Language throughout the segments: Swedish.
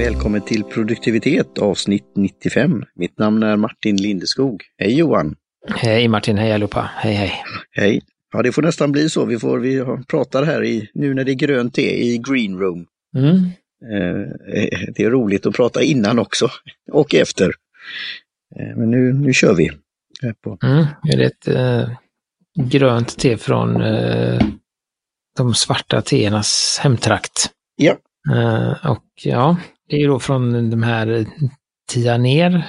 Välkommen till produktivitet avsnitt 95. Mitt namn är Martin Lindeskog. Hej Johan! Hej Martin, hej allihopa. Hej hej. Hej! Ja, det får nästan bli så. Vi pratar här nu när det är grönt i green room. Mm. Det är roligt att prata innan också och efter. Men nu kör vi. Är det ett grönt te från de svarta teernas hemtrakt? Ja. Och ja, det är då från de här Tianir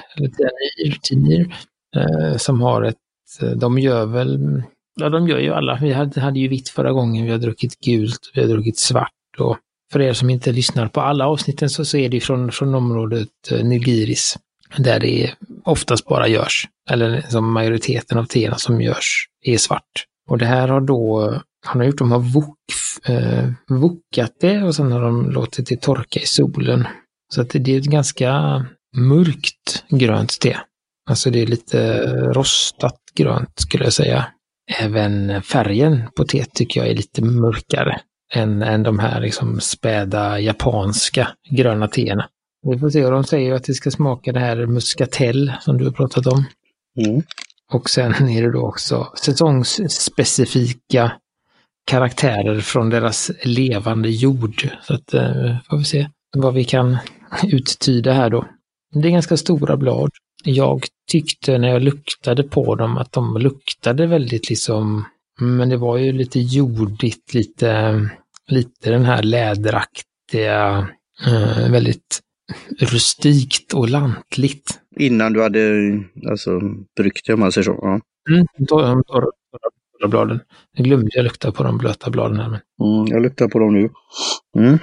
som har de gör ju alla. Vi hade ju vitt förra gången, vi har druckit gult, vi har druckit svart, och för er som inte lyssnar på alla avsnitten så är det från området Nilgiris, där det oftast bara görs, eller som majoriteten av teerna som görs är svart. Och det här de har vokat det och sen har de låtit det torka i solen. Så att det är ett ganska mörkt grönt te. Alltså det är lite rostat grönt skulle jag säga. Även färgen på te tycker jag är lite mörkare än de här liksom späda japanska gröna teerna. Vi får se, och de säger att det ska smaka det här muskatell som du har pratat om. Mm. Och sen är det då också säsongsspecifika karaktärer från deras levande jord. Så att får vi se vad vi kan uttyda här då. Det är ganska stora blad. Jag tyckte när jag luktade på dem att de luktade väldigt liksom, men det var ju lite jordigt, lite den här läderaktiga, väldigt rustikt och lantligt. Innan du hade bryggt, om man säger så. Ja. De torra bladen. Jag glömde jag lukta på de blöta bladen här. Jag luktar på dem nu. Mm.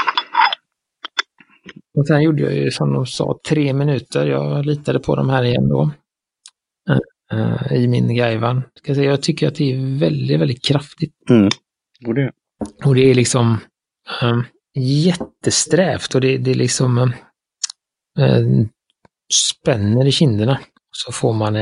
Och sen gjorde jag ju som de sa 3 minuter. Jag litade på de här igen då. I min gaivan. Jag tycker att det är väldigt, väldigt kraftigt. Och det är liksom jättesträvt, och det är liksom spänner i kinderna. Så får man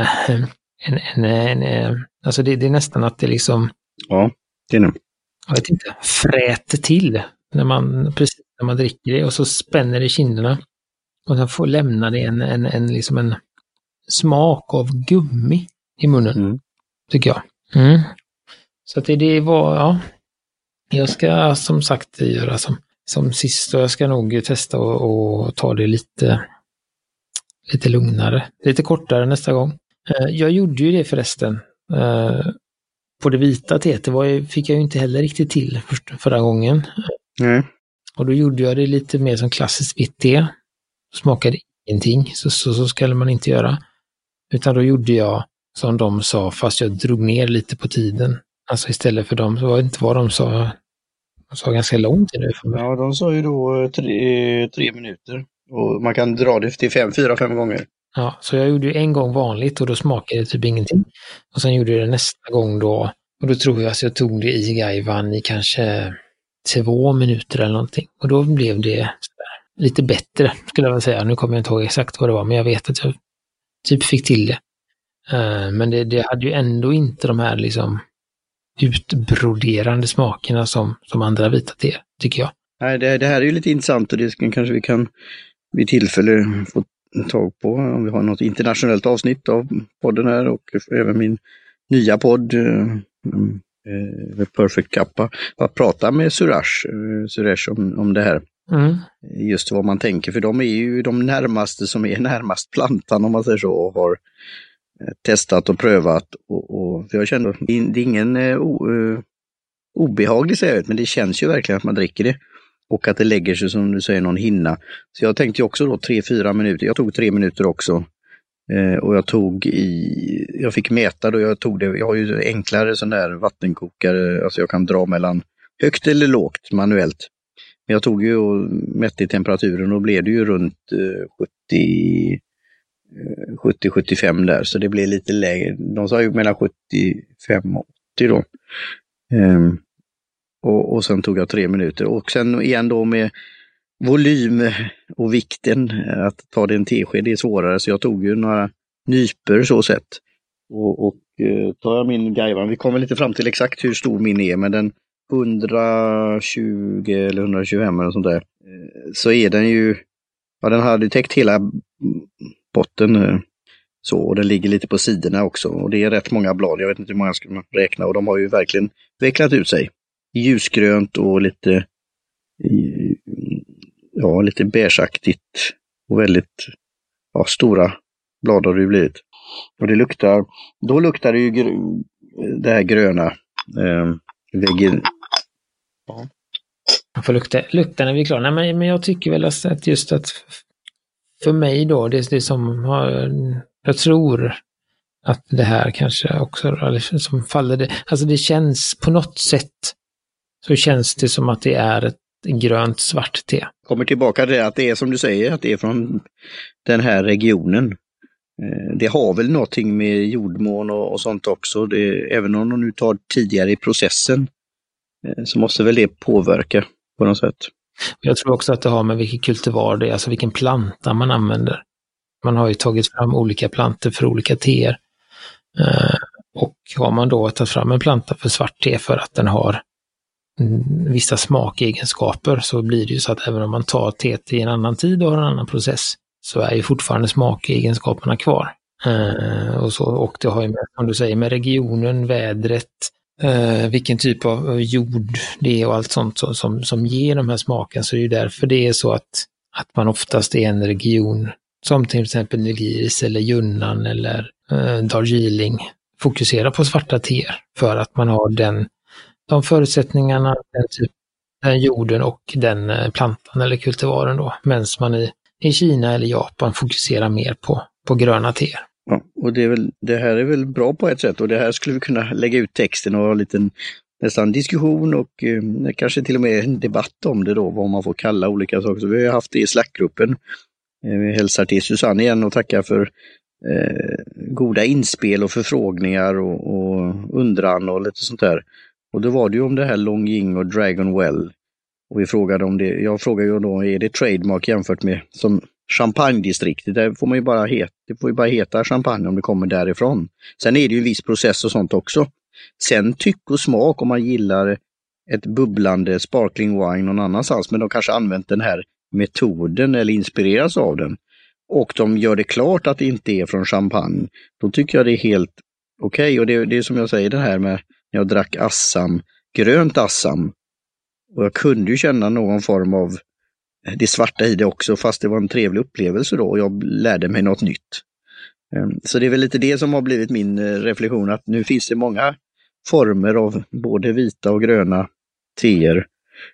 alltså det är nästan att det liksom, ja, det är det. Jag vet inte, fräter till när man dricker det, och så spänner det i kinderna. Och sen får lämna det en smak av gummi i munnen, tycker jag. Så att det var, ja. Jag ska som sagt göra som sist, och jag ska nog testa och ta det lite lugnare, lite kortare nästa gång. Jag gjorde ju det förresten. På det vita teet fick jag ju inte heller riktigt till förra gången. Nej. Och då gjorde jag det lite mer som klassiskt vitt te. Smakade ingenting, så skulle man inte göra. Utan då gjorde jag som de sa, fast jag drog ner lite på tiden. Alltså istället för dem, så var det inte vad de sa. De sa ganska lång tid nu för mig. Ja, de sa ju då 3 minuter. Och man kan dra det till 4-5 gånger. Ja, så jag gjorde ju en gång vanligt, och då smakade det typ ingenting. Och sen gjorde jag det nästa gång då. Och då tror jag att jag tog det i gaivan i kanske 2 minuter eller någonting. Och då blev det lite bättre, skulle jag väl säga. Nu kommer jag inte ihåg exakt vad det var, men jag vet att jag typ fick till det. Men det hade ju ändå inte de här liksom utbroderande smakerna som andra vita te, tycker jag. Nej, det här är ju lite intressant, och det kanske vi kan vid tillfälle få tag på om vi har något internationellt avsnitt av podden här, och även min nya podd Perfect Kappa, att prata med Suresh om det här. Just vad man tänker, för de är ju de närmaste som är närmast plantan, om man säger så, och har testat och prövat, och för jag känner det är ingen obehaglig säkerhet, men det känns ju verkligen att man dricker det, och att det lägger sig, som du säger, någon hinna. Så jag tänkte ju också då 3-4 minuter. Jag tog 3 minuter också, och jag fick mäta då, jag har ju enklare sån där vattenkokare, alltså jag kan dra mellan högt eller lågt manuellt. Men jag tog ju och mätte i temperaturen, och blev det ju runt 70-75 där, så det blev lite lägre. De sa ju mellan 75 och 80 då. Och sen tog jag 3 minuter. Och sen igen då med volym och vikten, att ta det en tesked, det är svårare, så jag tog ju några nyper så sett. Och tar jag min gaivan, vi kommer lite fram till exakt hur stor min är, men 120 eller 125 eller sånt där, så är den ju, ja, den hade täckt hela botten så, och den ligger lite på sidorna också, och det är rätt många blad, jag vet inte hur många ska man räkna, och de har ju verkligen vecklat ut sig. Ljusgrönt och lite lite beigeaktigt och väldigt stora blad har det blivit. Och det luktar det ju det här gröna väggen. Ja. Jag får lukta när vi är klara. Nej, men jag tycker väl att just att för mig då, det som har, jag tror att det här kanske också som faller det, alltså det känns på något sätt, så känns det som att det är ett grönt svart te. Kommer tillbaka till det, att det är som du säger, att det är från den här regionen. Det har väl någonting med jordmån och sånt också. Även om de nu tar tidigare i processen så måste väl det påverka på något sätt. Jag tror också att det har med vilken kultivar det är, alltså vilken planta man använder. Man har ju tagit fram olika plantor för olika teer. Och har man då tagit fram en planta för svart te för att den har vissa smakegenskaper, så blir det ju så att även om man tar teet i en annan tid och har en annan process, så är ju fortfarande smakegenskaperna kvar. Och det har ju med, som du säger, med regionen, vädret, vilken typ av jord det är och allt sånt som ger de här smaken. Så det är ju därför det är så att man oftast är en region som till exempel Nilgiris eller Yunnan eller Darjeeling fokuserar på svarta teer för att man har de förutsättningarna, den jorden och den plantan eller kultivaren då, medan man i Kina eller Japan fokuserar mer på gröna teer. Ja, och det här är väl bra på ett sätt, och det här skulle vi kunna lägga ut texten och ha en liten nästan diskussion och kanske till och med en debatt om det då, vad man får kalla olika saker. Så vi har haft det i Slack-gruppen. Vi hälsar till Susanne igen och tackar för goda inspel och förfrågningar och undran och lite sånt där. Och då var det ju om det här Longjing och Dragon Well. Och vi frågade om det, jag frågade ju då, är det trademark jämfört med som champagne-distriktet? Där får man ju det får ju bara heta champagne om det kommer därifrån. Sen är det ju en viss process och sånt också. Sen tyck och smak, om man gillar ett bubblande sparkling wine någon annanstans, men de kanske använt den här metoden eller inspireras av den. Och de gör det klart att det inte är från champagne. Då tycker jag det är helt okej. Och det är som jag säger, det här med när jag drack Assam, grönt Assam. Och jag kunde ju känna någon form av det svarta i det också, fast det var en trevlig upplevelse då och jag lärde mig något nytt. Så det är väl lite det som har blivit min reflektion, att nu finns det många former av både vita och gröna teer.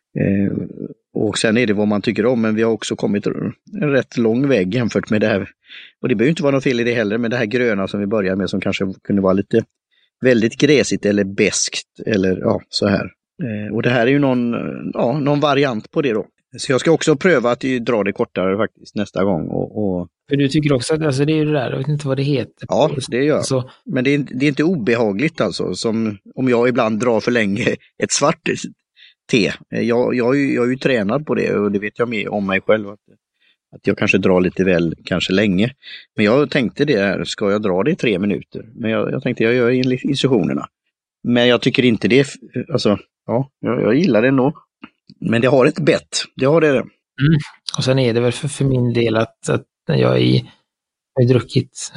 Och sen är det vad man tycker om, men vi har också kommit en rätt lång väg jämfört med det här. Och det behöver inte vara något fel i det heller, men det här gröna som vi börjar med, som kanske kunde vara lite väldigt gräsigt eller beskt eller så här. Och det här är ju någon variant på det då. Så jag ska också pröva att dra det kortare faktiskt nästa gång. För du tycker också att alltså det är ju det där, jag vet inte vad det heter. Ja, det gör jag. Alltså, men det är inte obehagligt alltså, som om jag ibland drar för länge ett svart te. Jag är ju tränad på det, och det vet jag med om mig själv. Att jag kanske drar lite väl kanske länge. Men jag tänkte det här, ska jag dra det i 3 minuter? Men jag tänkte jag gör enligt instruktionerna. Men jag tycker inte det, alltså, jag gillar det ändå. Men det har ett bett, det har det. Och sen är det väl för min del att när jag har druckit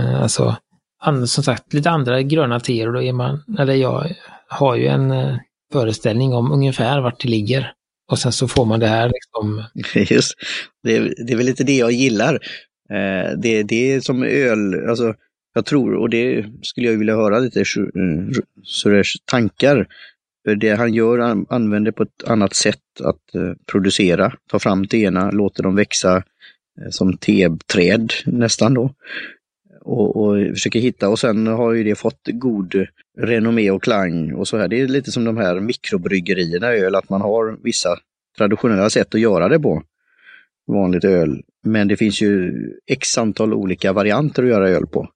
som sagt lite andra gröna teer, och då jag har ju en föreställning om ungefär vart det ligger. Och sen så får man det här liksom. Just, det är väl lite det jag gillar. Det är som öl, alltså jag tror, och det skulle jag vilja höra lite Suresh tankar. För det han gör, han använder på ett annat sätt att producera, ta fram teerna, låter dem växa som teträd nästan då. Och försöker hitta, och sen har ju det fått god renommé och klang och så här. Det är lite som de här mikrobryggerierna öl, att man har vissa traditionella sätt att göra det på, vanligt öl. Men det finns ju x antal olika varianter att göra öl på.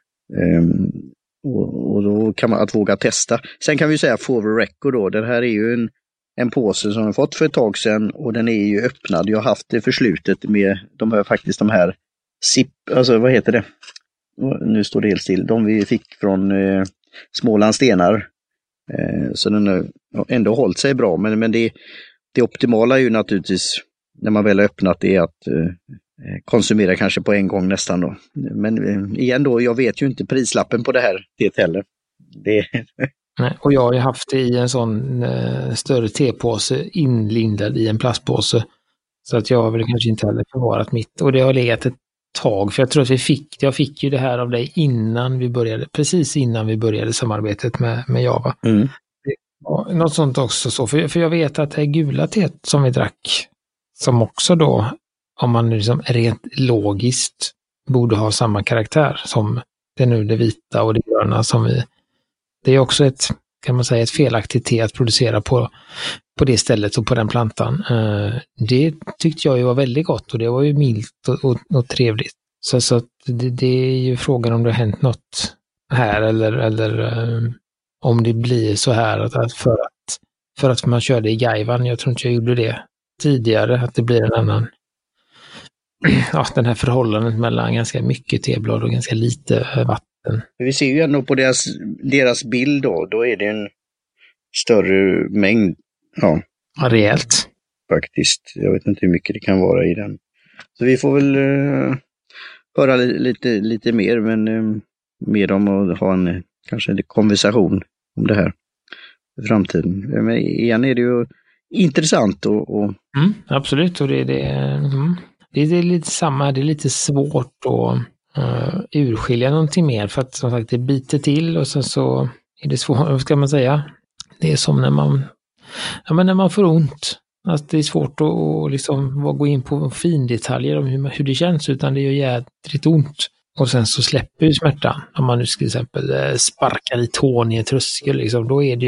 Och då kan man att våga testa. Sen kan vi säga Forward Record då, den här är ju en påse som jag fått för ett tag sedan, och den är ju öppnad. Jag har haft det förslutet med de här alltså vad heter det? Nu står det helt still. De vi fick från Smålands Stenar. Så den har ändå hållit sig bra. Men det optimala är ju naturligtvis när man väl har öppnat det är att konsumera kanske på en gång nästan då. Men igen då, jag vet ju inte prislappen på det här det heller. Nej, och jag har ju haft det i en sån större tepåse inlindad i en plastpåse. Så att jag har väl kanske inte heller förvarat mitt. Och det har legat ett tag. För jag tror att jag fick ju det här av dig precis innan vi började samarbetet med Java. Mm. Något sånt också så. För jag vet att det gula teet som vi drack, som också då, om man liksom rent logiskt borde ha samma karaktär som det vita och det gröna som vi. Det är också ett felaktigt te att producera på det stället och på den plantan. Det tyckte jag ju var väldigt gott och det var ju milt och trevligt. Så att det är ju frågan om det har hänt något här eller om det blir så här att för att man körde i Gaiwan, jag tror inte jag gjorde det tidigare, att det blir en annan den här förhållandet mellan ganska mycket teblad och ganska lite vatten. Vi ser ju ändå på deras bild då är det en större mängd. Ja, rejält. Faktiskt. Jag vet inte hur mycket det kan vara i den. Så vi får väl höra lite mer, men mer om att ha kanske en konversation om det här i framtiden. Men igen är det ju intressant och... absolut, och det är lite samma, det är lite svårt att urskilja någonting mer för att som sagt det biter till och sen så är det svårt, vad ska man säga? Det är som när man får ont. Alltså det är svårt att liksom gå in på findetaljer om hur det känns, utan det gör jädrigt ont. Och sen så släpper ju smärtan. Om man nu till exempel sparkar i tån i en tröskel, liksom,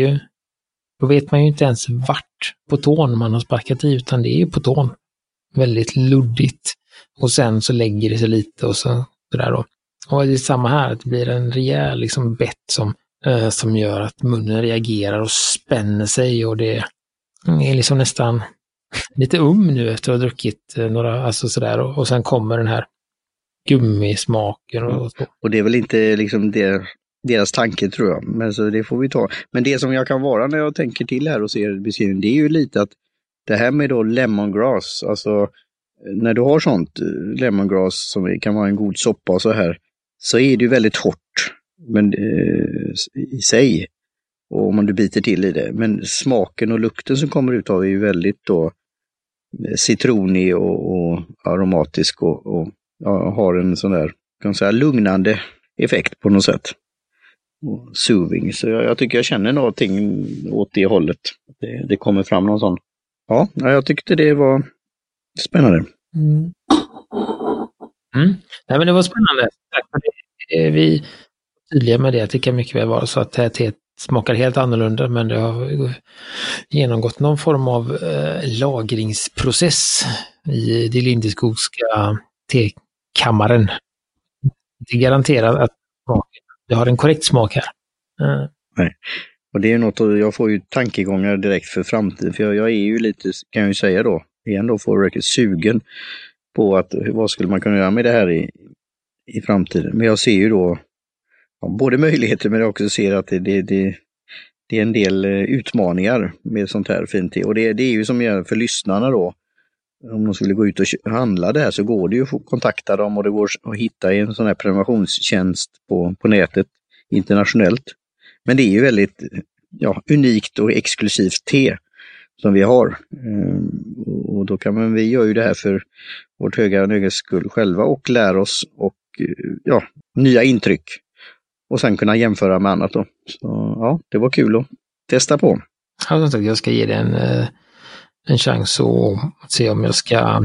då vet man ju inte ens vart på tån man har sparkat i, utan det är ju på tån. Väldigt luddigt. Och sen så lägger det sig lite och så där då. Och det är samma här, att det blir en rejäl liksom bett som gör att munnen reagerar och spänner sig, och det är liksom nästan lite nu efter att ha druckit några, alltså sådär, och sen kommer den här gummismaken och så. Och det är väl inte liksom deras tanke, tror jag, men så det får vi ta. Men det som jag kan vara när jag tänker till här och ser beskrivningen, det är ju lite att det här med då lemongrass, alltså när du har sånt lemongrass som kan vara en god soppa och så här, så är det ju väldigt hårt men i sig, och om du biter till i det. Men smaken och lukten som kommer ut av är ju väldigt då citronig och aromatisk och har en sån där, kan man säga, lugnande effekt på något sätt. Och soothing. Så jag tycker jag känner någonting åt det hållet. Det kommer fram någon sån. Ja, jag tyckte det var spännande. Nej, men det var spännande. Vi är tydliga med det, att det kan mycket väl vara så att det här teet smakar helt annorlunda, men det har genomgått någon form av lagringsprocess i det Lindeskogska tekammaren. Det garanterar att det har en korrekt smak här. Nej. Och det är något, jag får ju tankegångar direkt för framtiden, för jag är ju lite, kan jag ju säga då, igen då, får jag sugen på att vad skulle man kunna göra med det här i framtiden. Men jag ser ju då både möjligheter, men jag också ser att det är en del utmaningar med sånt här fint te. Och det är ju som jag för lyssnarna då, om de skulle gå ut och handla det här, så går det ju att få kontakta dem, och det går att hitta en sån här prenumerationstjänst på nätet internationellt. Men det är ju väldigt unikt och exklusivt te som vi har. Och då kan vi gör ju det här för vårt höga nöjes skull själva och lära oss och nya intryck. Och sen kunna jämföra med annat då. Så det var kul att testa på. Jag ska ge det en chans att se om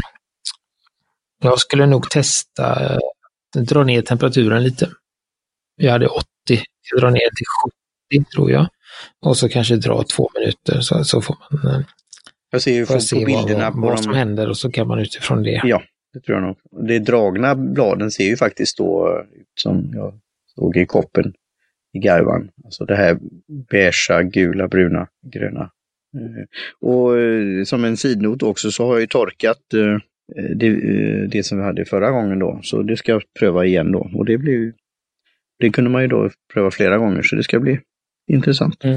jag skulle nog testa dra ner temperaturen lite. Jag hade 80, jag drar ner till 70 tror jag. Och så kanske dra 2 minuter så får man jag ser ju på bilderna vad som händer, och så kan man utifrån det. Ja, det tror jag nog. De dragna bladen ser ju faktiskt då ut som jag såg i koppen i Gaiwan. Alltså det här beigea, gula, bruna, gröna. Och som en sidnot också så har jag ju torkat det som vi hade förra gången då. Så det ska jag pröva igen då. Och det kunde man ju då pröva flera gånger, så det ska bli intressant.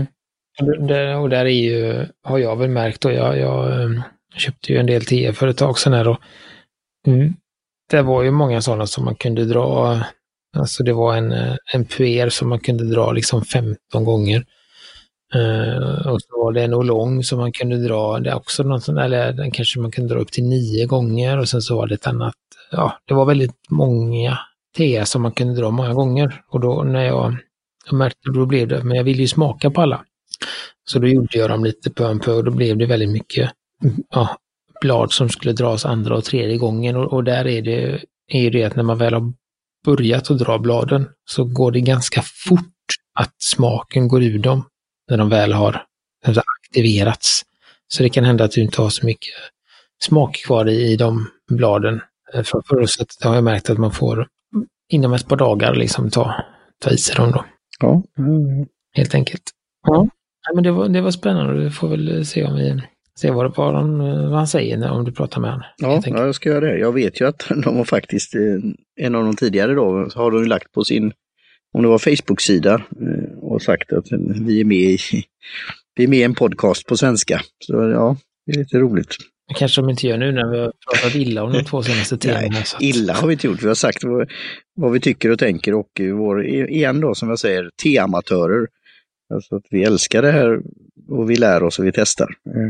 Och där är ju, har jag väl märkt då, jag köpte ju en del TE-företag sen här och det var ju många sådana som man kunde dra, alltså det var en PR som man kunde dra liksom 15 gånger. Och så var det en Olong som man kunde dra, det är också någon sån, eller den kanske man kunde dra upp till 9 gånger och sen så var det ett annat, ja, det var väldigt många TE som man kunde dra många gånger och då när jag märkte, då blev det, men jag ville ju smaka på alla. Så då gjorde jag dem lite på en på och då blev det väldigt mycket blad som skulle dras andra och tredje gången och där är ju det att när man väl har börjat att dra bladen så går det ganska fort att smaken går ur dem när de väl har aktiverats. Så det kan hända att du inte har så mycket smak kvar i de bladen. För så att har jag märkt att man får inom ett par dagar liksom ta i sig dem då. Ja. Helt enkelt. Ja, men det var spännande. Vi får väl se om vi ser vad han säger om du pratar med honom. Ja, jag ska göra det. Jag vet ju att de har faktiskt, en av de tidigare då, så har de lagt på sin, om det var Facebook-sida och sagt att vi är med i en podcast på svenska. Så ja, det är lite roligt. Det kanske de inte gör nu när vi har pratat illa om de 2 senaste temorna. Nej, illa har vi inte gjort. Vi har sagt vad vi tycker och tänker och igen då som jag säger, te-amatörer. Alltså att vi älskar det här och vi lär oss och vi testar.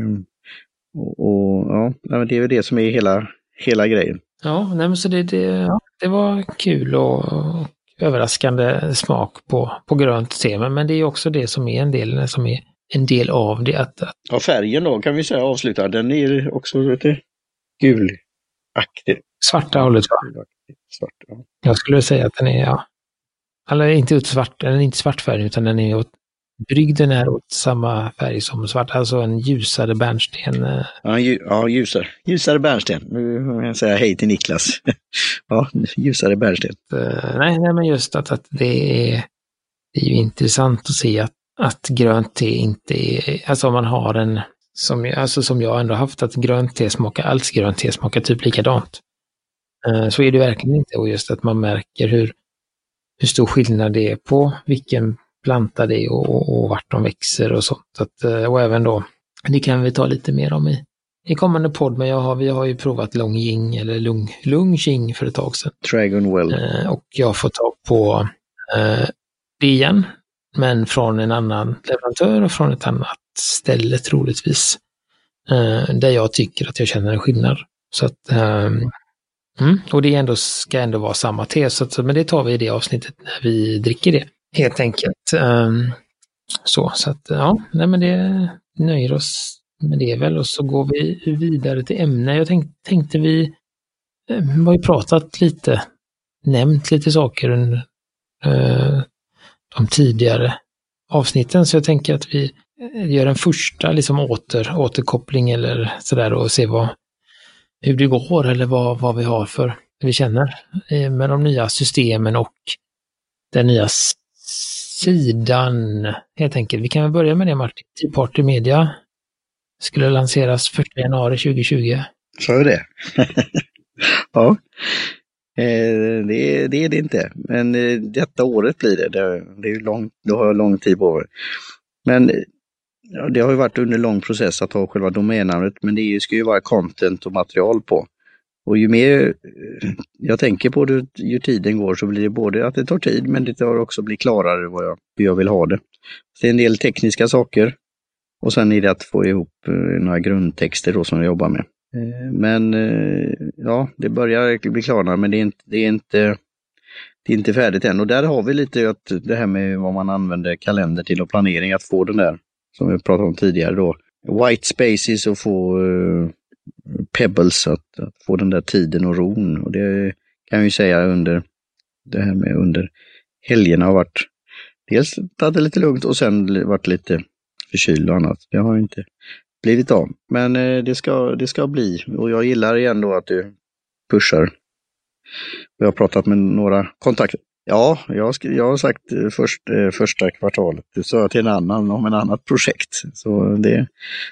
Och ja, det är väl det som är hela grejen. Ja, nej, men så det var kul och överraskande smak på grönt te, men det är också det som är en del av det. Ja, färgen då kan vi säga avsluta. Den är också lite gulaktig. Svarta hållet va? Svart, ja. Jag skulle säga att den är, eller inte svart, den är inte svartfärg utan den är brygden är åt samma färg som svart, alltså en ljusare bärnsten. Ja, ljusare bärnsten. Nu vill jag säga hej till Niklas. Ja, ljusare bärnsten. Nej, men just att det är ju intressant att se att grönt te inte är, alltså om man har en, som jag ändå haft, att grönt te smakar typ likadant. Så är det verkligen inte, och just att man märker hur stor skillnad det är på vilken planta det är och vart de växer och sånt. Och även då, det kan vi ta lite mer om i kommande podd, men vi har ju provat Long Ying eller Lung Ching för ett tag sedan. Dragon Well. Och jag får tag på det igen, men från en annan leverantör och från ett annat ställe troligtvis. Där jag tycker att jag känner en skillnad. Så att, och det ska ändå vara samma te, men det tar vi i det avsnittet när vi dricker det. Helt enkelt. Så att ja, nej men det nöjer oss med det väl, och så går vi vidare till ämne. Jag tänkte vi har ju pratat lite, nämnt lite saker under de tidigare avsnitten, så jag tänker att vi gör en första liksom återkoppling eller sådär och se hur det går eller vad vi har för vi känner med de nya systemen och den nya sidan helt enkelt. Vi kan väl börja med det, Martin. Tea Party Media skulle lanseras 1 januari 2020. Så är det. Ja. Det är det inte. Men detta året blir det. Det är långt, då har jag lång tid på det. Men ja, det har ju varit under lång process att ha själva domännamnet, men det ska ju vara content och material på. Och ju mer jag tänker på det, ju tiden går, så blir det både att det tar tid, men det tar också bli klarare hur jag vill ha det. Så det är en del tekniska saker och sen är det att få ihop några grundtexter då som jag jobbar med. Men ja, det börjar bli klarare, men det är inte färdigt än. Och där har vi lite att det här med vad man använder kalender till och planering, att få den där som vi pratade om tidigare då, white spaces och få pebbles, att få den där tiden och ron. Och det kan jag ju säga under helgerna har varit dels tagit det lite lugnt och sen varit lite förkyld och annat. Det har inte blivit av. Men det ska bli. Och jag gillar igen då att du pushar. Jag har pratat med några kontakter. Ja, jag har sagt första kvartalet. Du sa till en annan om en annat projekt. Så det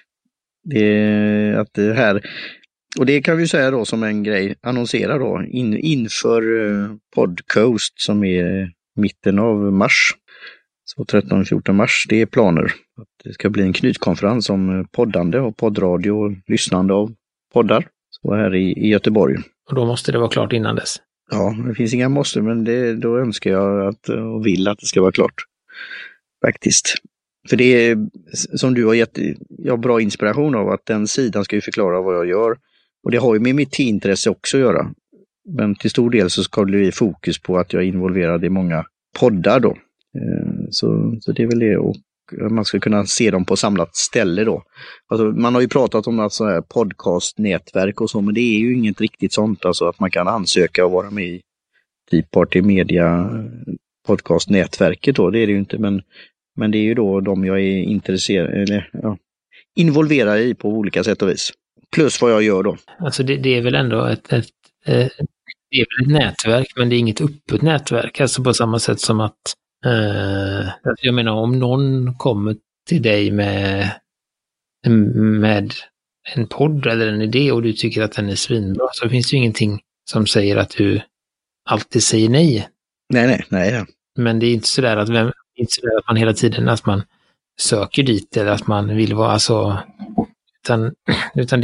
att det här, och det kan vi säga då som en grej, annonsera då inför Podcast som är mitten av mars. Så 13-14 mars, det är planer. det ska bli en knytkonferens om poddande och poddradio och lyssnande av poddar. Så här i Göteborg. Och då måste det vara klart innan dess? Ja, det finns inga måste, men då önskar jag och vill att det ska vara klart. Faktiskt. För det är som du har gett bra inspiration av, att den sidan ska ju förklara vad jag gör. Och det har ju med mitt intresse också att göra. Men till stor del så ska det bli fokus på att jag är involverad i många poddar då. Så det är väl det, och man ska kunna se dem på samlat ställe då. Alltså, man har ju pratat om att så här podcastnätverk och så, men det är ju inget riktigt sånt. Alltså att man kan ansöka och vara med i Tea Party Media podcastnätverket då, det är det ju inte. Men det är ju då de jag är intresserad eller involverad i på olika sätt och vis. Plus vad jag gör då. Alltså det är väl ändå det är väl ett nätverk, men det är inget öppet nätverk. Alltså på samma sätt som att jag menar, om någon kommer till dig med en podd eller en idé och du tycker att den är svinbra, så finns det ju ingenting som säger att du alltid säger nej. Nej. Men det är inte sådär att man hela tiden att man söker dit eller att man vill vara utan det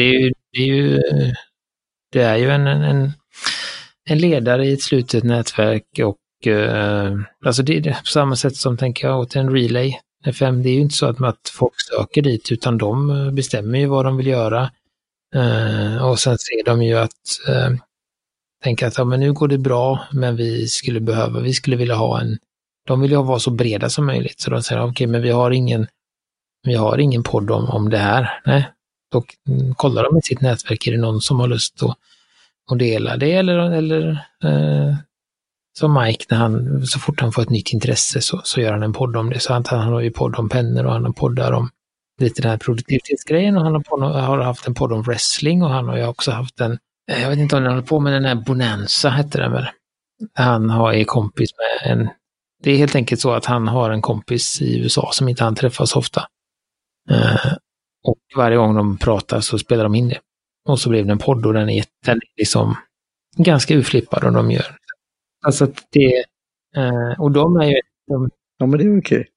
är ju en ledare i ett slutet nätverk, och alltså det är på samma sätt som, tänker jag, åt en relay FM. Det är ju inte så att folk söker dit, utan de bestämmer ju vad de vill göra, och sen ser de ju att tänka att men nu går det bra, men vi skulle vilja ha de vill ju vara så breda som möjligt, så de säger okej, men vi har ingen podd om det här. Nej, då kollar de i sitt nätverk, är det någon som har lust att dela det, eller som Mike, så fort han får ett nytt intresse så gör han en podd om det. Så han har ju podd om pennor, och han har poddar om lite den här produktivitetsgrejen, och han har haft en podd om wrestling, och han har ju också haft jag vet inte om han håller på med den här Bonanza, hette den väl. Han är kompis med det är helt enkelt så att han har en kompis i USA som inte han träffar så ofta. Och varje gång de pratar så spelar de in det. Och så blev det en podd, och den är liksom ganska urflippad, och de gör. Alltså att och de är ju... Ja, men det är okej.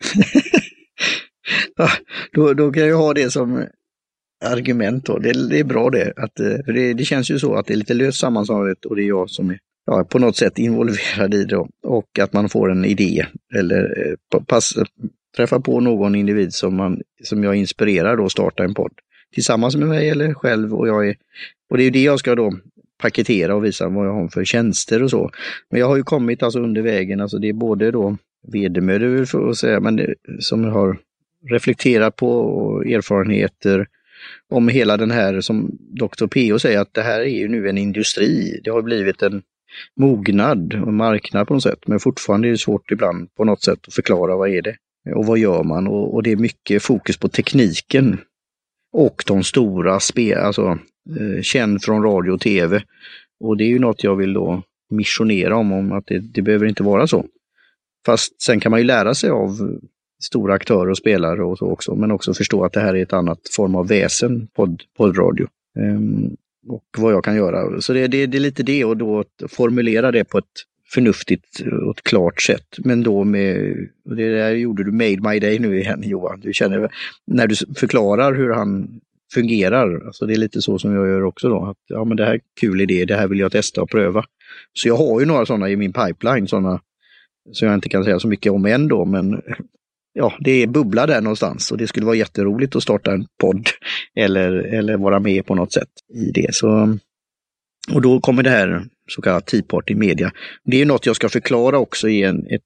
Då kan jag ha det som argument då. Det är bra det. Det känns ju så att det är lite löst sammansatt, och det är jag som är på något sätt involverad i det. Och att man får en idé eller träffa på någon individ som jag inspirerar då att starta en podd tillsammans med mig eller själv, och det är ju det jag ska då paketera och visa vad jag har för tjänster och så. Men jag har ju kommit alltså under vägen, alltså det är både då vedermödor för att säga, men som jag har reflekterat på, och erfarenheter om hela den här, som Dr. P.O. säger, att det här är ju nu en industri. Det har blivit en mognad och marknad på något sätt, men fortfarande är det svårt ibland på något sätt att förklara vad är det och vad gör man, och det är mycket fokus på tekniken och de stora alltså känd från radio och tv, och det är ju något jag vill då missionera om att det behöver inte vara så. Fast sen kan man ju lära sig av stora aktörer och spelare och så också, men också förstå att det här är ett annat form av väsen, poddradio. Och vad jag kan göra. Så det är lite det, och då formulera det på ett förnuftigt och ett klart sätt. Men då och det där gjorde du made my day nu igen, Johan. Du känner när du förklarar hur han fungerar, alltså det är lite så som jag gör också då. Att, ja, men det här är kul idé, det här vill jag testa och pröva. Så jag har ju några sådana i min pipeline, sådana som jag inte kan säga så mycket om än då, men ja, det är bubbla där någonstans, och det skulle vara jätteroligt att starta en podd eller vara med på något sätt i det. Så, och då kommer det här så kallat Tea Party Media. Det är något jag ska förklara också i ett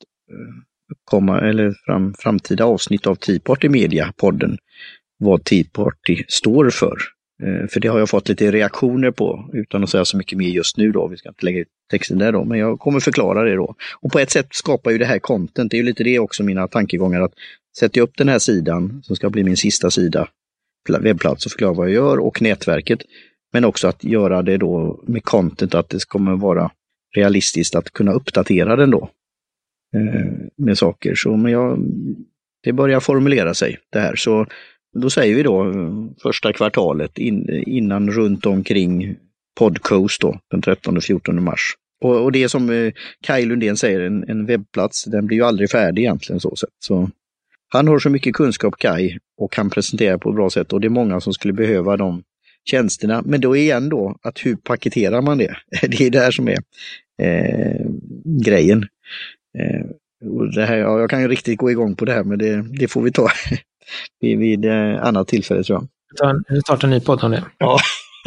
framtida avsnitt av Tea Party Media-podden, vad Tea Party står för. För det har jag fått lite reaktioner på, utan att säga så mycket mer just nu då. Vi ska inte lägga ut texten där då, men jag kommer förklara det då. Och på ett sätt skapar ju det här content, det är ju lite det också mina tankegångar, att sätta upp den här sidan som ska bli min sista sida, webbplats, och förklara vad jag gör och nätverket. Men också att göra det då med content, att det kommer vara realistiskt att kunna uppdatera den då med saker. Så men det börjar formulera sig det här, så då säger vi då första kvartalet innan runt omkring Podcoast då, den 13-14 mars. Och det är som Kaj Lundén säger, en webbplats, den blir ju aldrig färdig egentligen så. Så Han har så mycket kunskap, Kai, och kan presentera på ett bra sätt och det är många som skulle behöva de tjänsterna. Men då igen då, att hur paketerar man det? Det är det här som är grejen. Och det här, ja, jag kan ju riktigt gå igång på det här, men det får vi ta vid annat tillfälle, tror jag. Vi startar en ny podd om det. Ja.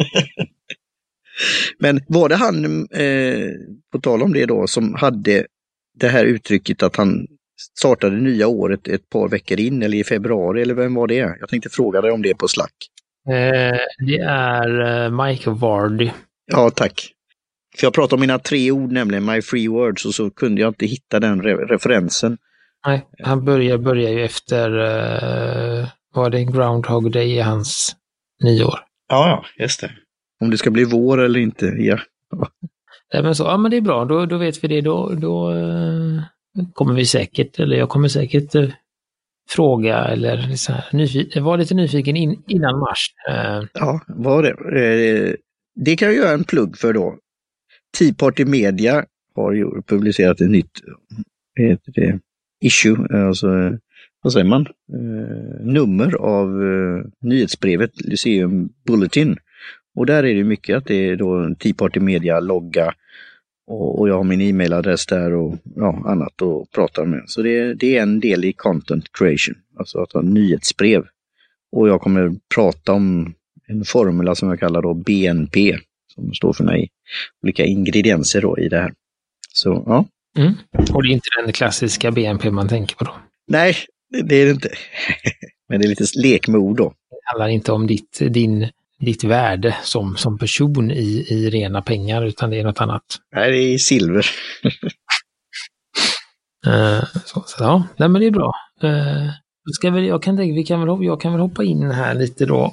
Men var det han, på tal om det då, som hade det här uttrycket att han startade nya året ett par veckor in, eller i februari, eller vem var det? Jag tänkte fråga dig om det på Slack. Det är Mike Vardy. Ja, tack. För jag pratade om mina 3 ord, nämligen my free words, och så kunde jag inte hitta den referensen. Nej, han börjar ju efter, var det Groundhog Day i hans nyår? Ja, just det. Om det ska bli vår eller inte, ja. Ja, men så, ja, men det är bra, då vet vi det, då kommer vi säkert, eller jag kommer säkert fråga, eller så här, var lite nyfiken innan mars. Ja, var det. Det kan jag göra en plugg för då. Tea Party Media har ju publicerat ett nytt issue, alltså vad säger man? Nummer av nyhetsbrevet Lyceum Bulletin. Och där är det mycket att det är då Tea Party Media logga och jag har min e-mailadress där och annat att prata med. Så det är en del i content creation, alltså att ha nyhetsbrev. Och jag kommer prata om en formula som jag kallar då BNP, som står för mig olika ingredienser då i det här. Så ja. Mm. Och det är inte den klassiska BNP man tänker på då? Nej, det är det inte. Men det är lite lek med ord då. Det handlar inte om ditt värde som person i rena pengar, utan det är något annat. Nej, det är silver. Så ja, nej, men det är bra. Jag kan väl hoppa in här lite då.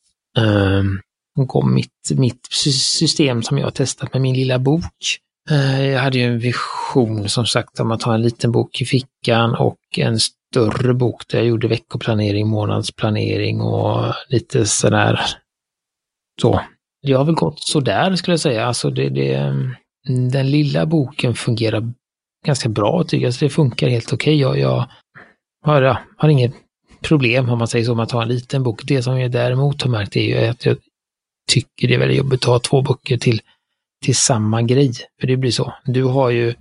Om mitt system som jag har testat med min lilla bok. Jag hade ju en vision, som sagt, om att ha en liten bok i fickan och en större bok där jag gjorde veckoplanering, månadsplanering och lite sådär. Så det har väl gått så där, skulle jag säga. Alltså den lilla boken fungerar ganska bra, tycker jag. Så det funkar helt okej. Jag har inget problem, om man säger så, med att ha en liten bok. Det som jag däremot har märkt är ju att jag tycker det är väldigt jobbigt att ha 2 böcker till samma grej. För det blir så. Du har ju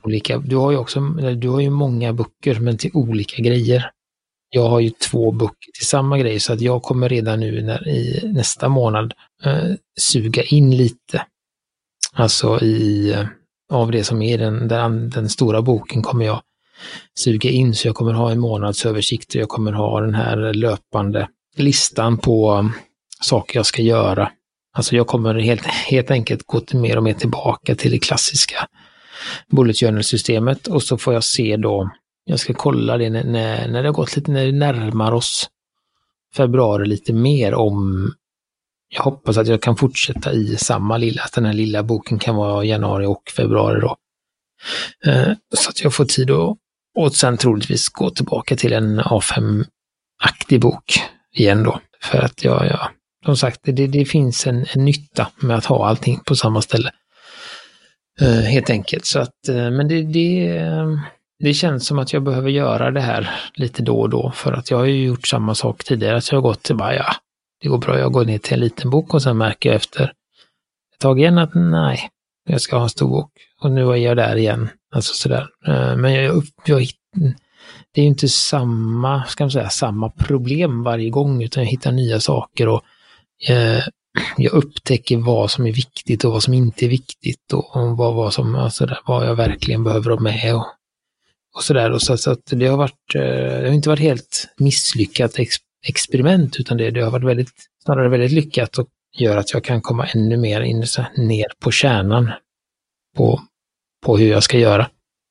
många böcker, men till olika grejer. Jag har ju 2 böcker till samma grej, så att jag kommer redan nu i nästa månad suga in lite. Alltså av det som är den stora boken kommer jag suga in, så jag kommer ha en månadsöversikt och jag kommer ha den här löpande listan på saker jag ska göra. Alltså jag kommer helt enkelt gå mer och mer tillbaka till det klassiska bullet journal-systemet, och så får jag se då, jag ska kolla det när det har gått lite, när det närmar oss februari lite mer, om jag hoppas att jag kan fortsätta i samma att den här lilla boken kan vara januari och februari då. Så att jag får tid och sen troligtvis gå tillbaka till en A5-aktig bok igen då. För att som sagt, det finns en nytta med att ha allting på samma ställe. Helt enkelt. Så att, men det känns som att jag behöver göra det här lite då och då, för att jag har ju gjort samma sak tidigare. Så jag har gått till det går bra, jag går ner till en liten bok och sen märker jag efter ett tag igen att nej, jag ska ha en stor bok. Och nu är jag där igen. Alltså sådär. Men det är ju inte samma problem varje gång, utan jag hittar nya saker och jag upptäcker vad som är viktigt och vad som inte är viktigt, och vad jag verkligen behöver ha med och sådär. Och så att det har inte varit helt misslyckat experiment, utan det har varit snarare väldigt lyckat, och gör att jag kan komma ännu mer ner på kärnan på hur jag ska göra.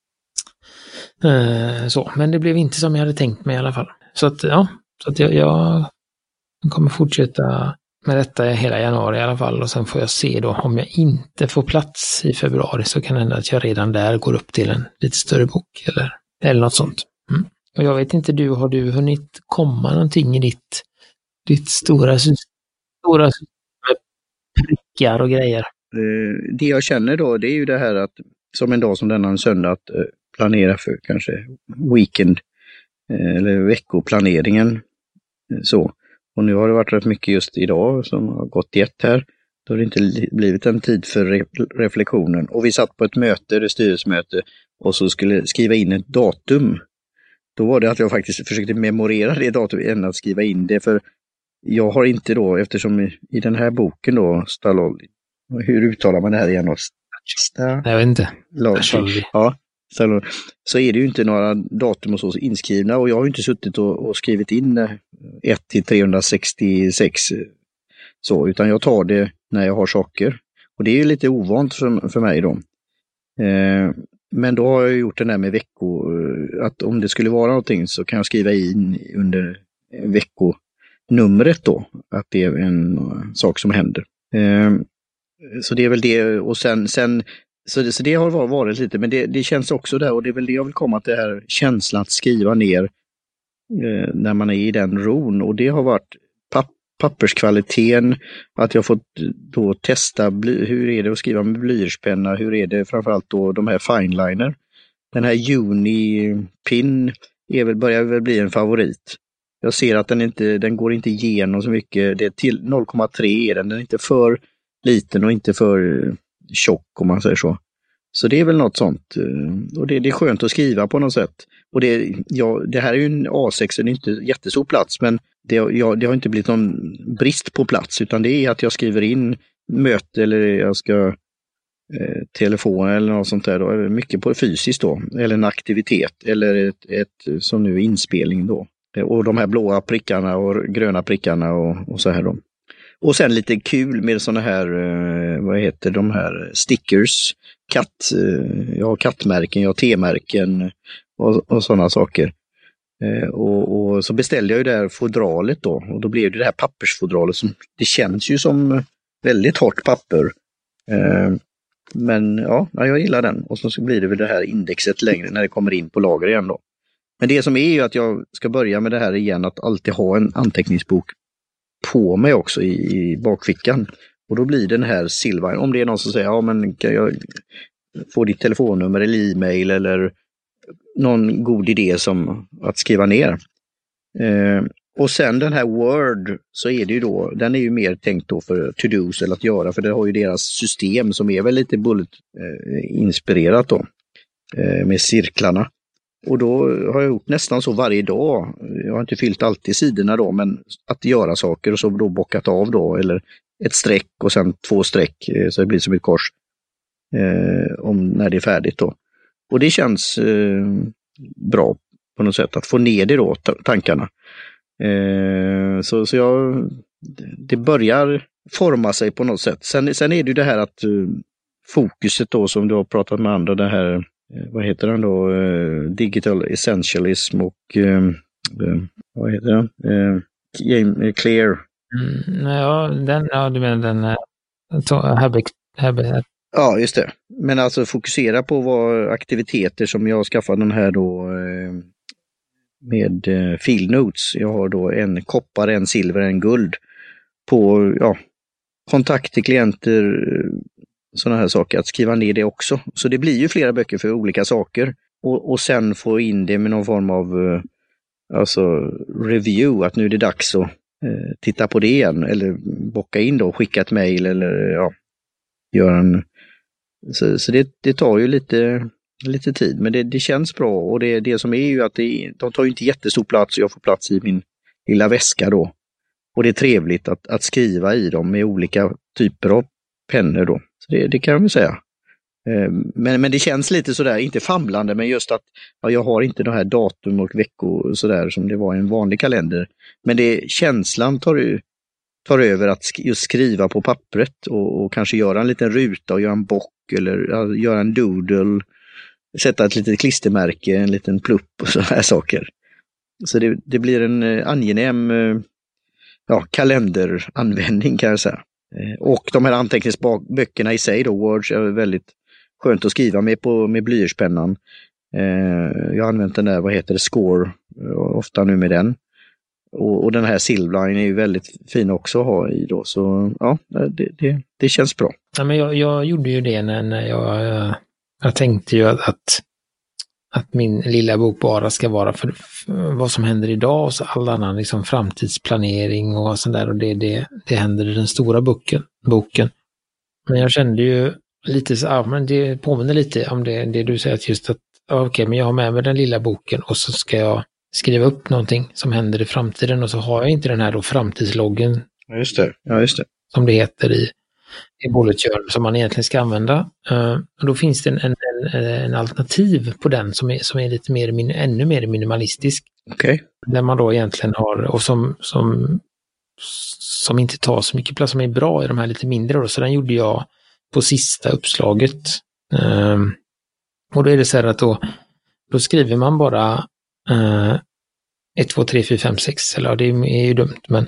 Men det blev inte som jag hade tänkt mig i alla fall. Så att jag kommer fortsätta med detta hela januari i alla fall, och sen får jag se då, om jag inte får plats i februari, så kan det hända att jag redan där går upp till en lite större bok eller något sånt. Och jag vet inte, har du hunnit komma någonting i ditt stora med prickar och grejer? Det jag känner då, det är ju det här att, som en dag som denna, en söndag, att planera för kanske weekend eller veckoplaneringen. Så. Och nu har det varit rätt mycket just idag som har gått jätt här. Då har det inte blivit en tid för reflektionen. Och vi satt på ett möte, ett styrelsemöte, och så skulle skriva in ett datum. Då var det att jag faktiskt försökte memorera det datumet än att skriva in det. För jag har inte då, eftersom i den här boken då, Stalloli, hur uttalar man det här igen? Jag vet inte. Ja, så är det ju inte några datum och så inskrivna, och jag har ju inte suttit och skrivit in 1-366 så, utan jag tar det när jag har saker. Och det är ju lite ovant för mig då. Men då har jag gjort det där med att om det skulle vara någonting så kan jag skriva in under veckonumret då, att det är en sak som händer. Så det är väl det, och sen så det har varit lite, men det känns också där, och det är väl det jag vill komma till, det här känslan att skriva ner när man är i den ron, och det har varit papperskvaliteten, att jag fått då testa hur är det att skriva med blyertspenna, hur är det framförallt då de här fineliner. Den här Unipin börjar väl bli en favorit. Jag ser att den går inte igenom så mycket, det är till 0,3 är den är inte för liten och inte för tjock om man säger så. Så det är väl något sånt, och det är skönt att skriva på något sätt. Och det här är ju en A6, det är inte jättestor plats, men det har inte blivit någon brist på plats, utan det är att jag skriver in möte eller jag ska telefon eller något sånt där då, mycket på fysiskt då, eller en aktivitet eller ett som nu inspelning då. Och de här blåa prickarna och gröna prickarna och så här då. Och sen lite kul med såna här, vad heter de här, stickers, jag har kattmärken, jag har T-märken och sådana saker. Och så beställde jag ju det här fodralet då, och då blev det här pappersfodralet som, det känns ju som väldigt hårt papper. Men ja, jag gillar den, och så blir det väl det här indexet längre när det kommer in på lager igen då. Men det som är ju att jag ska börja med det här igen, att alltid ha en anteckningsbok på mig också i bakfickan. Och då blir den här Silva, om det är någon som säger, ja men kan jag få ditt telefonnummer eller e-mail eller någon god idé som att skriva ner. Och sen den här Word, så är det ju då, den är ju mer tänkt då för to-dos eller att göra, för det har ju deras system som är väl lite bullet-inspirerat då, med cirklarna. Och då har jag gjort nästan så varje dag. Jag har inte fyllt alltid sidorna då, men att göra saker och så då bockat av då, eller ett streck och sen 2 streck så det blir som ett kors när det är färdigt då. Och det känns bra på något sätt att få ner det då, tankarna. Så det börjar forma sig på något sätt. Sen är det ju det här att fokuset då, som du har pratat med andra, det här, vad heter den då, digital essentialism och vad heter den? Clear. Du menar den habit. Ja, just det. Men alltså fokusera på vad aktiviteter som jag skaffade den här då med field notes. Jag har då en koppar, en silver, en guld på kontakt till klienter, sådana här saker, att skriva ner det också. Så det blir ju flera böcker för olika saker, och sen få in det med någon form av review, att nu är det dags att titta på det igen, eller bocka in då, skicka ett mejl eller göra en. Så det tar ju lite tid, men det känns bra, och det som är ju att de tar ju inte jättestor plats, och jag får plats i min lilla väska då. Och det är trevligt att skriva i dem med olika typer av pennor då. Så det kan jag väl säga. Men det känns lite sådär, inte famlande, men just att jag har inte de här datum och veckor sådär som det var i en vanlig kalender. Men känslan tar över att just skriva på pappret och kanske göra en liten ruta och göra en bock eller göra en doodle, sätta ett litet klistermärke, en liten plupp och sådana här saker. Så det blir en angenäm kalenderanvändning, kan jag säga. Och de här anteckningsböckerna i sig då, Words, är väldigt skönt att skriva med blyertspennan. Jag har använt den där, vad heter det, Score, ofta nu med den. Och den här Silverline är ju väldigt fin också att ha i då, så ja, det känns bra. Ja, men jag gjorde ju det när jag tänkte ju att att min lilla bok bara ska vara för vad som händer idag och så all annan liksom framtidsplanering och sånt där, och det händer i den stora boken. Men jag kände ju lite så, ja, men det påminner lite om det du säger, att just att okej, men jag har med mig den lilla boken och så ska jag skriva upp någonting som händer i framtiden, och så har jag inte den här då framtidsloggen. Ja, just det. Som det heter i bullet journal som man egentligen ska använda. Då finns det en alternativ på den som är lite mer, ännu mer minimalistisk. Okay. Där man då egentligen har, och som inte tar så mycket plats, som är bra i de här lite mindre då. Så den gjorde jag på sista uppslaget. Och då är det så här att då skriver man bara 1, 2, 3, 4, 5, 6, eller det är ju dumt, men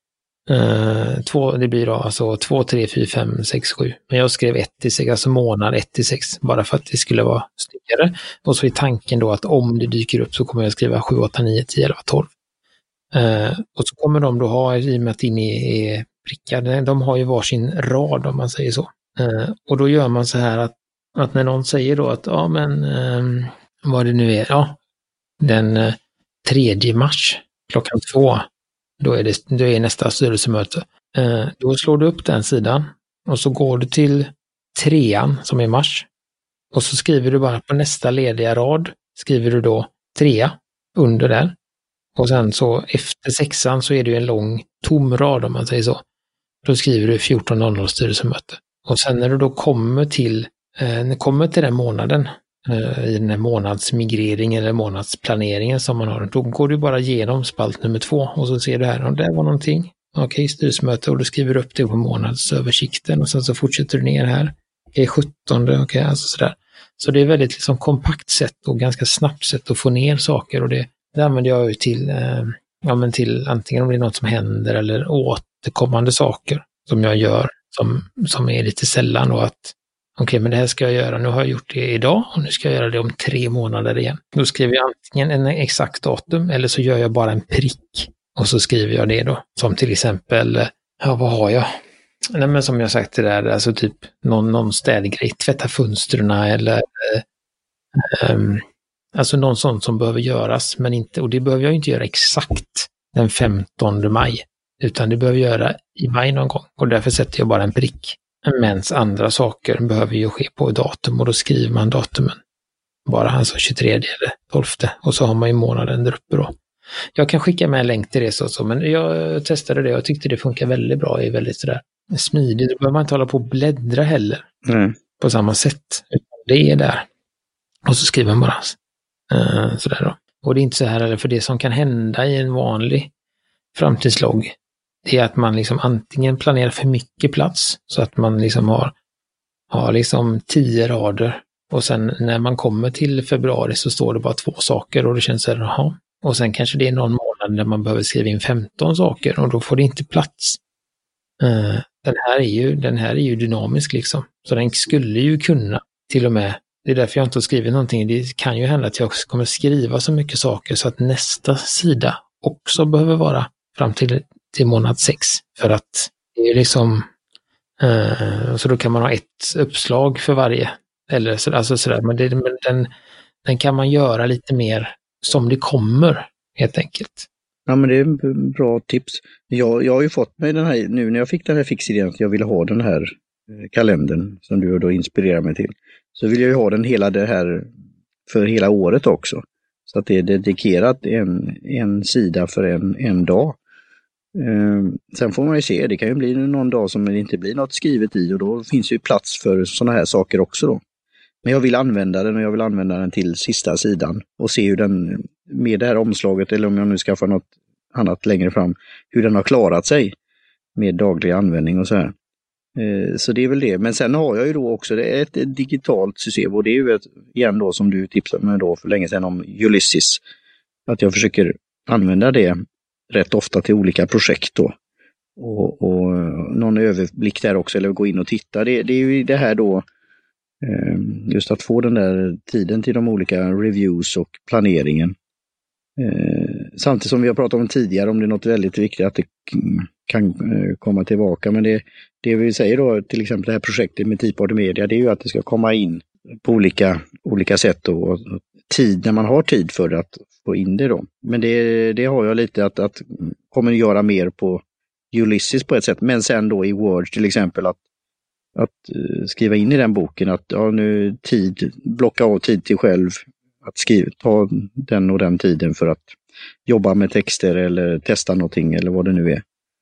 det blir då alltså 2, 3, 4, 5, 6, 7. Men jag skrev 1-6, alltså månad 1-6, bara för att det skulle vara snyggare. Och så är tanken då att om det dyker upp så kommer jag skriva 7, 8, 9, 10, 11, 12. Och så kommer de då ha, i och med att in är prickar, de har ju varsin rad om man säger så. Och då gör man så här att när någon säger då att ja men vad det nu är, ja den 3 mars klockan 2, då är nästa styrelsemöte. Då slår du upp den sidan och så går du till 3 som är mars, och så skriver du bara på nästa lediga rad, skriver du då 3 under där, och sen så efter 6 så är det ju en lång tom rad om man säger så. Då skriver du 14.00 styrelsemöte. Och sen när du då kommer till den månaden, i den här månadsmigrering eller månadsplaneringen som man har, då går du bara igenom spalt nummer 2 och så ser du här, och det var någonting. Okej, styrelsemöte, och du skriver upp det på månadsöversikten och sen så fortsätter du ner här. Okej, 17, okej, alltså sådär. Så det är väldigt liksom kompakt sätt och ganska snabbt sätt att få ner saker, och det använder jag ju till antingen om det är något som händer eller återkommande saker som jag gör som är lite sällan, och att okej, men det här ska jag göra, nu har jag gjort det idag och nu ska jag göra det om 3 månader igen. Då skriver jag antingen en exakt datum eller så gör jag bara en prick och så skriver jag det då. Som till exempel, ja vad har jag? Nej men som jag sagt det där, alltså typ någon städgrej, tvätta fönstren eller alltså någon sån som behöver göras, men inte, och det behöver jag inte göra exakt den 15 maj, utan det behöver jag göra i maj någon gång, och därför sätter jag bara en prick. Men andra saker behöver ju ske på datum, och då skriver man datumen bara, alltså 23 eller 12, och så har man ju månaden där uppe då. Jag kan skicka med en länk till det så, men jag testade det och jag tyckte det funkar väldigt bra, det är väldigt sådär smidigt, då behöver man inte hålla på och bläddra heller på samma sätt, det är där. Och så skriver man bara sådär då. Och det är inte så här, eller för det som kan hända i en vanlig framtidslogg, det är att man liksom antingen planerar för mycket plats så att man liksom har liksom 10 rader, och sen när man kommer till februari så står det bara 2 saker, och det känns så här, jaha. Och sen kanske det är någon månad där man behöver skriva in 15 saker och då får det inte plats. Den här är ju dynamisk liksom, så den skulle ju kunna till och med, det är därför jag inte har skrivit någonting, det kan ju hända att jag också kommer skriva så mycket saker så att nästa sida också behöver vara fram till månad 6, för att det är liksom så då kan man ha ett uppslag för varje, eller så, alltså sådär, men den kan man göra lite mer som det kommer helt enkelt. Ja, men det är en bra tips. Jag har ju fått mig den här, nu när jag fick den här fixidén att jag ville ha den här kalendern som du då inspirerar mig till, så vill jag ju ha den hela det här för hela året också. Så att det är dedikerat en sida för en dag. Sen får man ju se, det kan ju bli någon dag som det inte blir något skrivet i, och då finns ju plats för sådana här saker också då. Men jag vill använda den, och jag vill använda den till sista sidan och se hur den, med det här omslaget, eller om jag nu skaffar något annat längre fram, hur den har klarat sig med daglig användning och så här. Så det är väl det. Men sen har jag ju då också ett digitalt system, och det är ju igen då som du tipsade mig då för länge sedan om Ulysses. Att jag försöker använda det rätt ofta till olika projekt då. Och någon överblick där också, eller gå in och titta. Det är ju det här då, just att få den där tiden till de olika reviews och planeringen. Samtidigt som vi har pratat om tidigare, om det är något väldigt viktigt att det kan komma tillbaka. Men det vi säger då, till exempel det här projektet med Tea Party Media, det är ju att det ska komma in på olika sätt och tid när man har tid för det att få in det då. Men det har jag lite att kommer göra mer på Ulysses på ett sätt. Men sen då i Word till exempel att skriva in i den boken att nu blocka av tid till själv. Att ta den och den tiden för att jobba med texter eller testa någonting eller vad det nu är.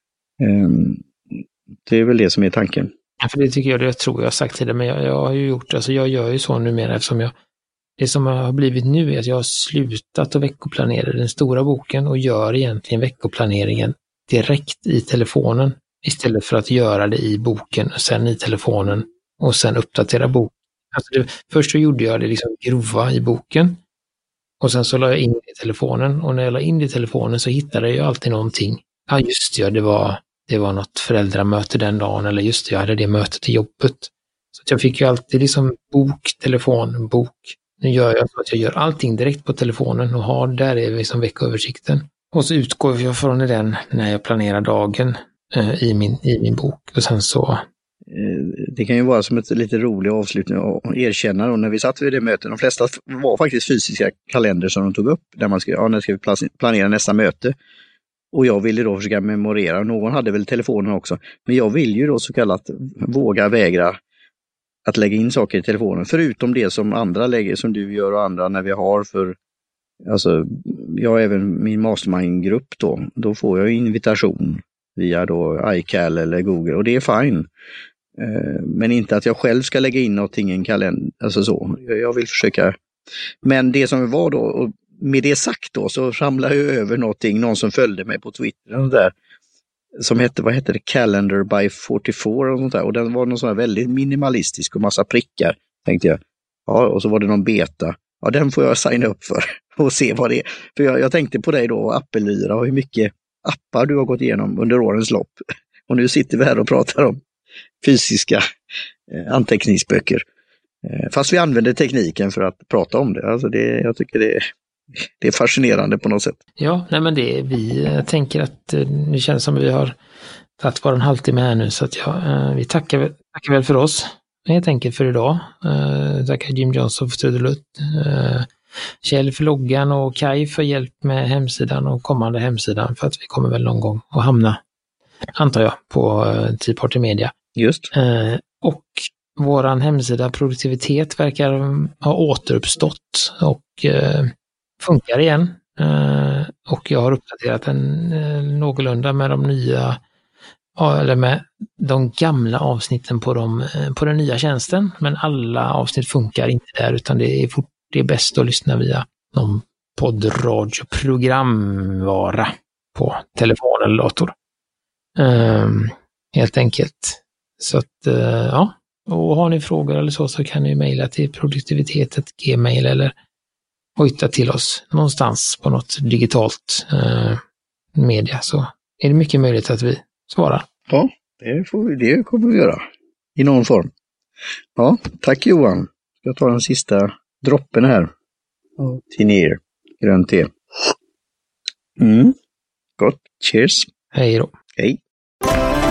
Det är väl det som är tanken. Ja, för det tycker jag tror jag har sagt till det, men jag har ju gjort, alltså jag gör ju så numera eftersom det som har blivit nu är att jag har slutat att veckoplanera den stora boken och gör egentligen veckoplaneringen direkt i telefonen istället för att göra det i boken och sen i telefonen och sen uppdatera boken. Alltså först så gjorde jag det liksom grova i boken och sen så la jag in det i telefonen och när jag la in det i telefonen så hittade jag alltid någonting. Ja just det, det var något föräldramöte den dagen eller just det, jag hade det mötet i jobbet. Så att jag fick ju alltid liksom telefon, bok. Nu gör jag så att jag gör allting direkt på telefonen och där är liksom veckoöversikten. Och så utgår jag från den när jag planerar dagen i min bok. Och sen så... Det kan ju vara som ett lite rolig avslutning att erkänna då, när vi satt vid det mötet. De flesta var faktiskt fysiska kalender som de tog upp. Där man när ska vi planera nästa möte. Och jag ville då försöka memorera. Någon hade väl telefonen också. Men jag vill ju då så kallat våga vägra att lägga in saker i telefonen. Förutom det som andra lägger, som du gör och andra när vi har för... Alltså, jag har även min mastermind-grupp då. Då får jag invitation via då iCal eller Google. Och det är fine. Men inte att jag själv ska lägga in någonting i en kalender. Alltså så. Jag vill försöka... Men det som var då... Och med det sagt då så ramlade jag över någon som följde mig på Twitter och där, som hette, vad hette det, Calendar by 44 och sånt där. Och den var någon sån här väldigt minimalistisk och massa prickar, tänkte jag. Ja, och så var det någon beta. Ja, den får jag signa upp för och se vad det är. För jag tänkte på dig då, Appelyra och hur mycket appar du har gått igenom under årens lopp. Och nu sitter vi här och pratar om fysiska anteckningsböcker. Fast vi använder tekniken för att prata om det. Alltså jag tycker det är fascinerande på något sätt. Ja, nej men vi tänker att det känns som att vi har tagit bara en halvtimme här nu så att vi tackar väl för oss helt enkelt för idag. Tackar Jim Johnson för trudelutt, Kjell för loggan och Kai för hjälp med hemsidan och kommande hemsidan för att vi kommer väl någon gång att hamna, antar jag, på Tea Party Media. Just. Och våran hemsida Produktivitet verkar ha återuppstått och funkar igen. Och jag har uppdaterat den någorlunda med de nya, eller med de gamla avsnitten på den nya tjänsten. Men alla avsnitt funkar inte där utan det är bäst att lyssna via någon poddradioprogramvara på telefon eller dator. Helt enkelt. Så att, ja. Och har ni frågor eller så kan ni mejla till produktivitet@gmail eller hojta till oss någonstans på något digitalt media så är det mycket möjligt att vi svarar. Ja, det kommer vi göra i någon form. Ja, tack Johan. Jag tar den sista droppen här. Till ner, grönt te. Gott, cheers. Hej då. Hej.